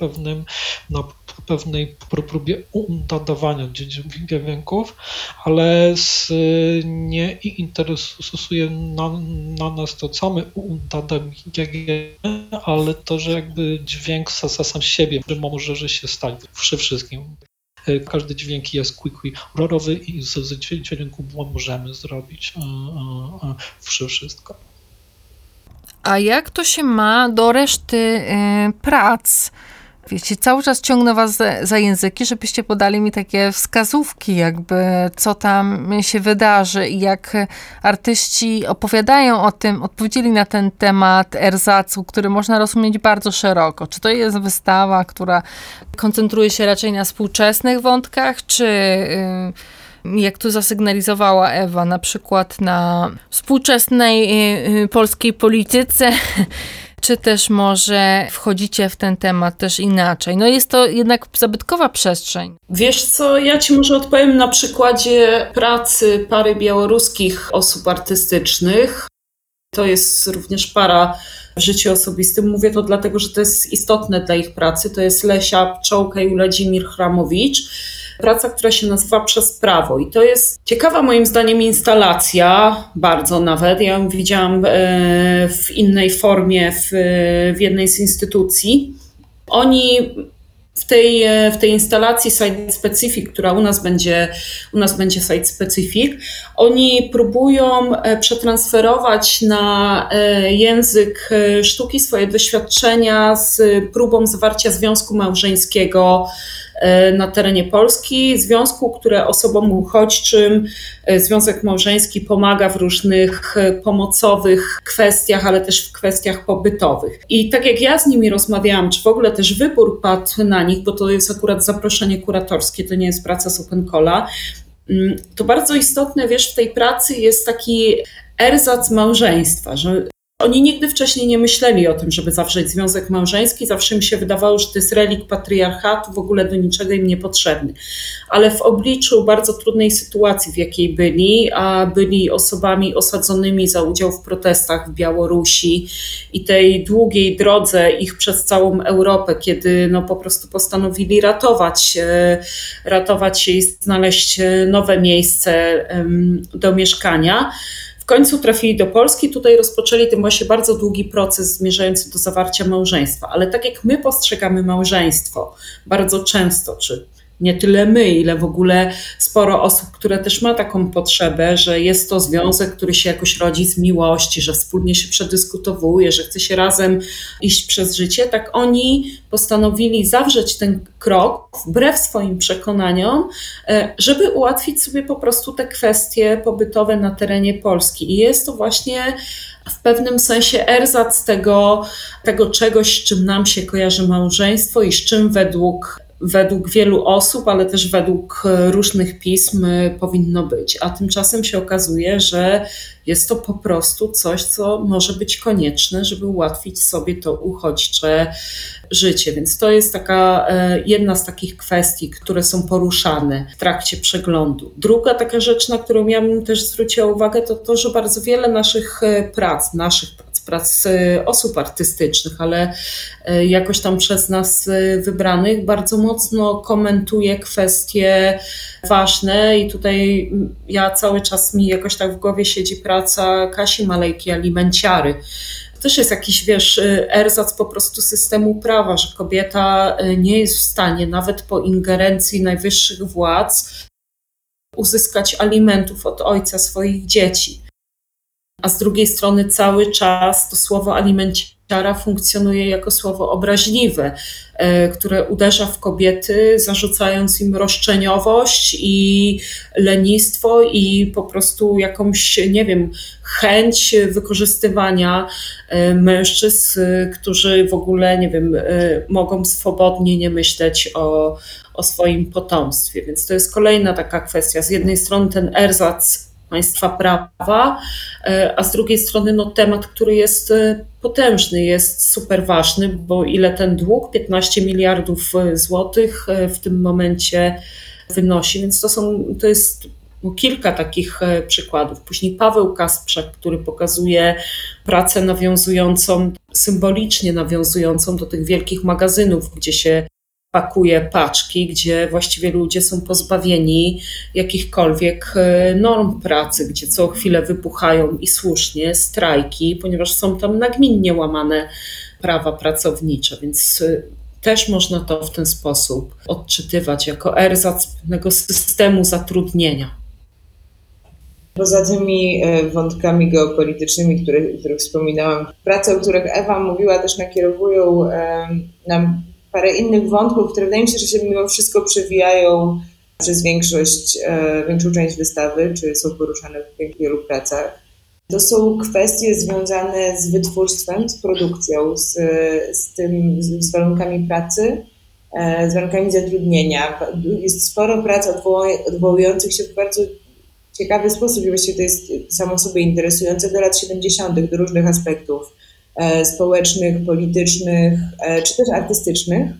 pewnej próbie nadawania dźwięków, ale nie interesuje na nas to, co my udadamy, ale to, że jakby dźwięk sam z siebie może że się stać przy wszystkim. Każdy dźwięk jest kolorowy i z dźwięku możemy zrobić wszystko. A jak to się ma do reszty prac? Wiecie, cały czas ciągnę was za języki, żebyście podali mi takie wskazówki, jakby co tam się wydarzy i jak artyści opowiadają o tym, odpowiedzieli na ten temat erzacu, który można rozumieć bardzo szeroko. Czy to jest wystawa, która koncentruje się raczej na współczesnych wątkach, czy jak tu zasygnalizowała Ewa, na przykład na współczesnej polskiej polityce, czy też może wchodzicie w ten temat też inaczej? No jest to jednak zabytkowa przestrzeń. Wiesz co, ja ci może odpowiem na przykładzie pracy pary białoruskich osób artystycznych. To jest również para w życiu osobistym. Mówię to dlatego, że to jest istotne dla ich pracy. To jest Lesia Pczołka i Uladzimir Chramowicz. Praca, która się nazywa Przez prawo. I to jest ciekawa moim zdaniem instalacja, bardzo nawet. Ja ją widziałam w innej formie w jednej z instytucji. Oni w tej instalacji Site Specific, która u nas będzie Site Specific, oni próbują przetransferować na język sztuki swoje doświadczenia z próbą zawarcia związku małżeńskiego na terenie Polski, związku, które osobom uchodźczym, związek małżeński pomaga w różnych pomocowych kwestiach, ale też w kwestiach pobytowych. I tak jak ja z nimi rozmawiałam, czy w ogóle też wybór padł na nich, bo to jest akurat zaproszenie kuratorskie, to nie jest praca z Open Calla, to bardzo istotne, w tej pracy jest taki erzac małżeństwa, że oni nigdy wcześniej nie myśleli o tym, żeby zawrzeć związek małżeński. Zawsze mi się wydawało, że to jest relikt patriarchatu, w ogóle do niczego im niepotrzebny. Ale w obliczu bardzo trudnej sytuacji, w jakiej byli osobami osadzonymi za udział w protestach w Białorusi i tej długiej drodze ich przez całą Europę, kiedy po prostu postanowili ratować się i znaleźć nowe miejsce do mieszkania. W końcu trafili do Polski, tutaj rozpoczęli ten właśnie bardzo długi proces zmierzający do zawarcia małżeństwa. Ale tak jak my postrzegamy małżeństwo bardzo często, czy nie tyle my, ile w ogóle sporo osób, które też ma taką potrzebę, że jest to związek, który się jakoś rodzi z miłości, że wspólnie się przedyskutowuje, że chce się razem iść przez życie, tak oni postanowili zawrzeć ten krok wbrew swoim przekonaniom, żeby ułatwić sobie po prostu te kwestie pobytowe na terenie Polski. I jest to właśnie w pewnym sensie erzac tego czegoś, z czym nam się kojarzy małżeństwo i z czym według wielu osób, ale też według różnych pism powinno być. A tymczasem się okazuje, że jest to po prostu coś, co może być konieczne, żeby ułatwić sobie to uchodźcze życie. Więc to jest jedna z takich kwestii, które są poruszane w trakcie przeglądu. Druga taka rzecz, na którą ja bym też zwróciła uwagę, to to, że bardzo wiele naszych prac osób artystycznych, ale jakoś tam przez nas wybranych, bardzo mocno komentuje kwestie ważne i tutaj ja cały czas mi jakoś tak w głowie siedzi praca Kasi Malejki, Alimenciary. To też jest jakiś, erzac po prostu systemu prawa, że kobieta nie jest w stanie nawet po ingerencji najwyższych władz uzyskać alimentów od ojca swoich dzieci. A z drugiej strony cały czas to słowo alimenciara funkcjonuje jako słowo obraźliwe, które uderza w kobiety, zarzucając im roszczeniowość i lenistwo i po prostu jakąś, chęć wykorzystywania mężczyzn, którzy w ogóle, mogą swobodnie nie myśleć o swoim potomstwie. Więc to jest kolejna taka kwestia. Z jednej strony ten erzac państwa prawa, a z drugiej strony temat, który jest potężny, jest super ważny, bo ile ten dług, 15 miliardów złotych w tym momencie wynosi, więc to jest kilka takich przykładów. Później Paweł Kasprzak, który pokazuje pracę symbolicznie nawiązującą do tych wielkich magazynów, gdzie się pakuje paczki, gdzie właściwie ludzie są pozbawieni jakichkolwiek norm pracy, gdzie co chwilę wybuchają i słusznie strajki, ponieważ są tam nagminnie łamane prawa pracownicze, więc też można to w ten sposób odczytywać jako erzac pewnego systemu zatrudnienia. Poza tymi wątkami geopolitycznymi, których wspominałam, prace, o których Ewa mówiła, też nakierowują nam parę innych wątków, które wydaje mi się, że się mimo wszystko przewijają przez większą część wystawy, czy są poruszane w wielu pracach. To są kwestie związane z wytwórstwem, z produkcją, z warunkami pracy, z warunkami zatrudnienia. Jest sporo prac odwołujących się w bardzo ciekawy sposób i właściwie to jest samo sobie interesujące do lat 70., do różnych aspektów społecznych, politycznych, czy też artystycznych.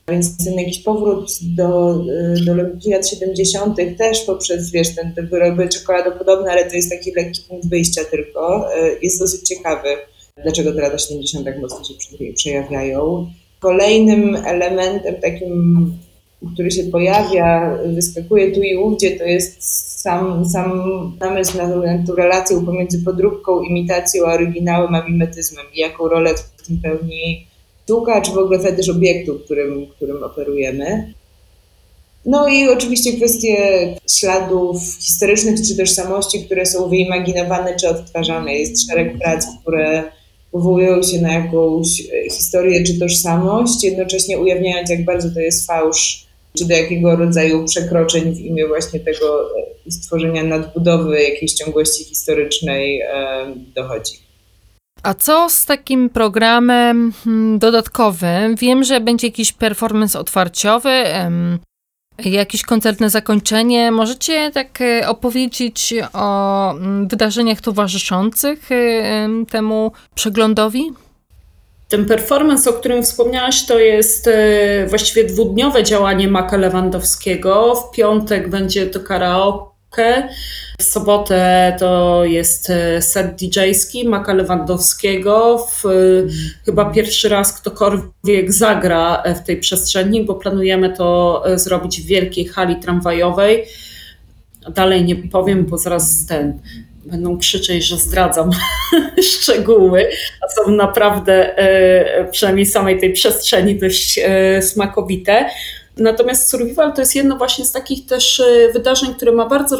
Więc ten jakiś powrót do logiki lat 70. też poprzez, te wyroby czekoladopodobne, ale to jest taki lekki punkt wyjścia tylko, jest dosyć ciekawy. Dlaczego te lata 70. tak mocno się przejawiają. Kolejnym elementem takim, który się pojawia, wyskakuje tu i ówdzie, to jest sam namysł na tą relację pomiędzy podróbką, imitacją, a oryginałem, a mimetyzmem i jaką rolę w tym pełni sztuka, czy w ogóle fetysz obiektu, którym operujemy. No i oczywiście kwestie śladów historycznych czy tożsamości, które są wyimaginowane czy odtwarzane. Jest szereg prac, które powołują się na jakąś historię czy tożsamość, jednocześnie ujawniając, jak bardzo to jest fałsz, czy do jakiego rodzaju przekroczeń w imię właśnie tego stworzenia nadbudowy jakiejś ciągłości historycznej dochodzi. A co z takim programem dodatkowym? Wiem, że będzie jakiś performance otwarciowy, jakieś koncertne zakończenie. Możecie tak opowiedzieć o wydarzeniach towarzyszących temu przeglądowi? Ten performance, o którym wspomniałaś, to jest właściwie 2-dniowe działanie Maka Lewandowskiego. W piątek będzie to karaoke. W sobotę to jest set DJ-ski Maka Lewandowskiego. Chyba pierwszy raz ktokolwiek zagra w tej przestrzeni, bo planujemy to zrobić w wielkiej hali tramwajowej. Dalej nie powiem, bo zaraz będą krzyczeć, że zdradzam szczegóły, a są naprawdę, przynajmniej samej tej przestrzeni, dość smakowite. Natomiast Survival to jest jedno właśnie z takich też wydarzeń, które ma bardzo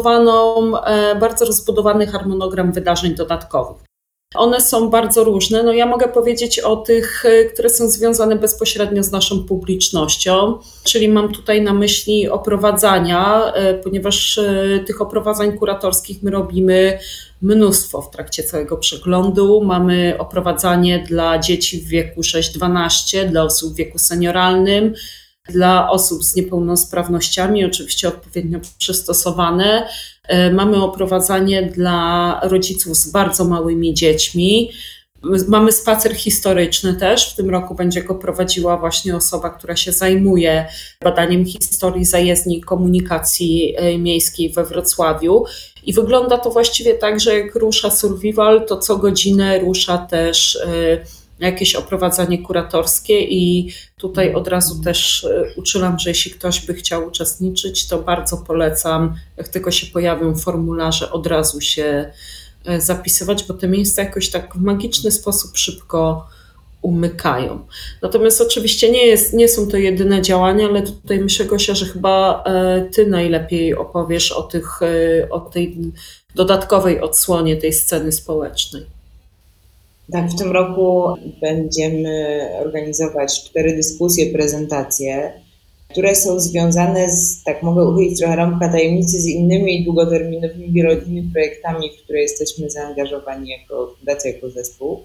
rozbudowany harmonogram wydarzeń dodatkowych. One są bardzo różne. No ja mogę powiedzieć o tych, które są związane bezpośrednio z naszą publicznością, czyli mam tutaj na myśli oprowadzania, ponieważ tych oprowadzań kuratorskich my robimy mnóstwo w trakcie całego przeglądu. Mamy oprowadzanie dla dzieci w wieku 6-12, dla osób w wieku senioralnym, dla osób z niepełnosprawnościami, oczywiście odpowiednio przystosowane. Mamy oprowadzanie dla rodziców z bardzo małymi dziećmi. Mamy spacer historyczny też. W tym roku będzie go prowadziła właśnie osoba, która się zajmuje badaniem historii zajezdni komunikacji miejskiej we Wrocławiu. I wygląda to właściwie tak, że jak rusza Survival, to co godzinę rusza też jakieś oprowadzanie kuratorskie i tutaj od razu też uczulam, że jeśli ktoś by chciał uczestniczyć, to bardzo polecam, jak tylko się pojawią formularze, od razu się zapisywać, bo te miejsca jakoś tak w magiczny sposób szybko umykają. Natomiast oczywiście nie są to jedyne działania, ale tutaj myślę, Gosia, że chyba ty najlepiej opowiesz o tej dodatkowej odsłonie tej sceny społecznej. Tak, w tym roku będziemy organizować 4 dyskusje, prezentacje, które są związane tak mogę uchylić trochę rąbka tajemnicy, z innymi długoterminowymi, wieloletnimi projektami, w które jesteśmy zaangażowani jako fundacja, jako zespół.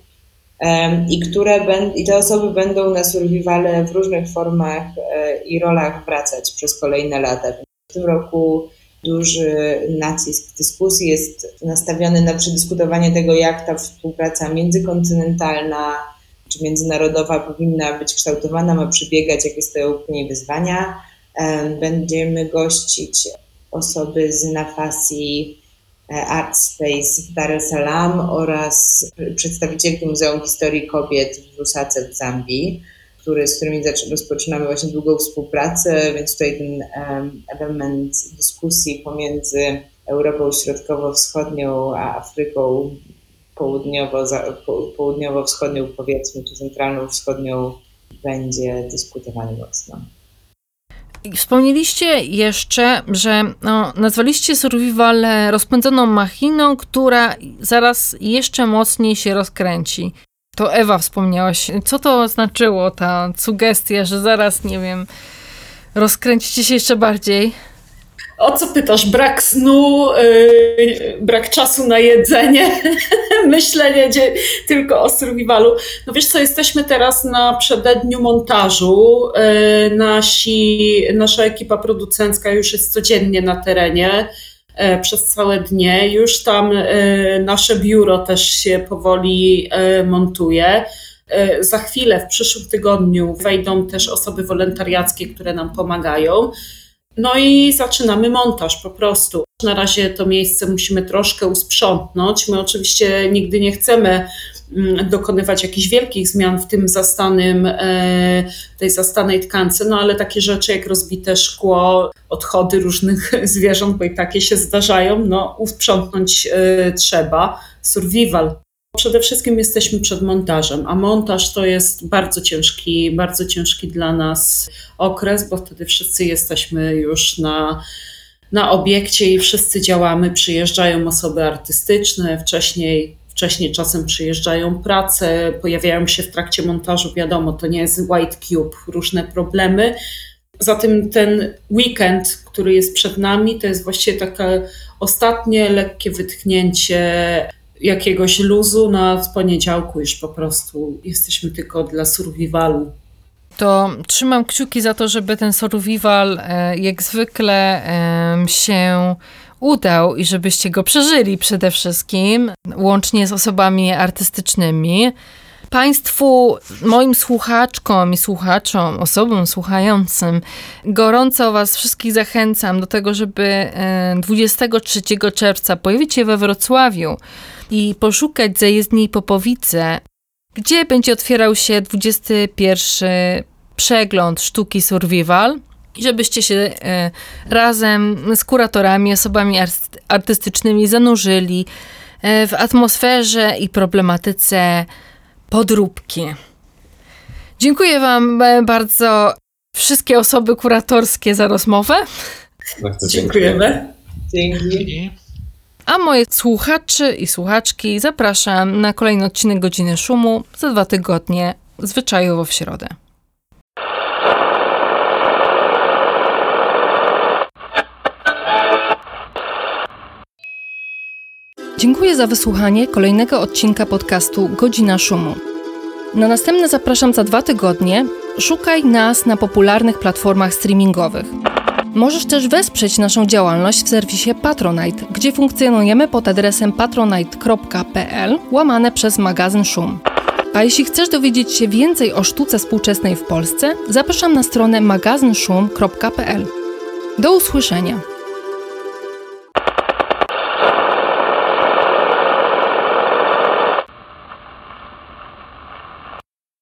I te osoby będą na Survivale w różnych formach i rolach wracać przez kolejne lata. W tym roku duży nacisk dyskusji jest nastawiony na przedyskutowanie tego, jak ta współpraca międzykontynentalna czy międzynarodowa powinna być kształtowana, ma przebiegać, jakie stoją u niej wyzwania. Będziemy gościć osoby z Nafasi Art Space w Dar es Salaam oraz przedstawicielki Muzeum Historii Kobiet w Lusatce w Zambii, z którymi rozpoczynamy właśnie długą współpracę, więc tutaj ten element dyskusji pomiędzy Europą Środkowo-Wschodnią a Afryką południowo-wschodnią, powiedzmy, czy centralną-wschodnią będzie dyskutowany mocno. Wspomnieliście jeszcze, że nazwaliście Survival rozpędzoną machiną, która zaraz jeszcze mocniej się rozkręci. To Ewa wspomniałaś. Co to znaczyło, ta sugestia, że zaraz, nie wiem, rozkręcicie się jeszcze bardziej? O co pytasz? Brak snu, brak czasu na jedzenie, myślenie tylko o survivalu. No wiesz co, jesteśmy teraz na przededniu montażu. Nasza ekipa producencka już jest codziennie na terenie przez całe dnie. Już tam nasze biuro też się powoli montuje. Za chwilę, w przyszłym tygodniu wejdą też osoby wolontariackie, które nam pomagają. No i zaczynamy montaż po prostu. Na razie to miejsce musimy troszkę usprzątnąć. My oczywiście nigdy nie chcemy dokonywać jakichś wielkich zmian w tym tej zastanej tkance, no ale takie rzeczy jak rozbite szkło, odchody różnych zwierząt, bo i takie się zdarzają, no usprzątnąć trzeba. Survival. Przede wszystkim jesteśmy przed montażem, a montaż to jest bardzo ciężki dla nas okres, bo wtedy wszyscy jesteśmy już na obiekcie i wszyscy działamy, przyjeżdżają osoby artystyczne, wcześniej czasem przyjeżdżają prace, pojawiają się w trakcie montażu, wiadomo, to nie jest white cube, różne problemy. Zatem ten weekend, który jest przed nami, to jest właściwie takie ostatnie lekkie wytchnięcie jakiegoś luzu, na poniedziałku już po prostu jesteśmy tylko dla survivalu. To trzymam kciuki za to, żeby ten survival jak zwykle się udał i żebyście go przeżyli przede wszystkim, łącznie z osobami artystycznymi. Państwu, moim słuchaczkom i słuchaczom, osobom słuchającym, gorąco was wszystkich zachęcam do tego, żeby 23 czerwca pojawić się we Wrocławiu i poszukać zajezdni Popowice, gdzie będzie otwierał się 21. przegląd sztuki survival. I żebyście się razem z kuratorami, osobami artystycznymi zanurzyli w atmosferze i problematyce podróbki. Dziękuję wam bardzo, wszystkie osoby kuratorskie, za rozmowę. Bardzo dziękujemy. Dzięki. A moje słuchaczy i słuchaczki zapraszam na kolejny odcinek Godziny Szumu za 2 tygodnie, zwyczajowo w środę. Dziękuję za wysłuchanie kolejnego odcinka podcastu Godzina Szumu. Na następne zapraszam za 2 tygodnie. Szukaj nas na popularnych platformach streamingowych. Możesz też wesprzeć naszą działalność w serwisie Patronite, gdzie funkcjonujemy pod adresem patronite.pl/magazyn Szum. A jeśli chcesz dowiedzieć się więcej o sztuce współczesnej w Polsce, zapraszam na stronę magazynszum.pl. Do usłyszenia!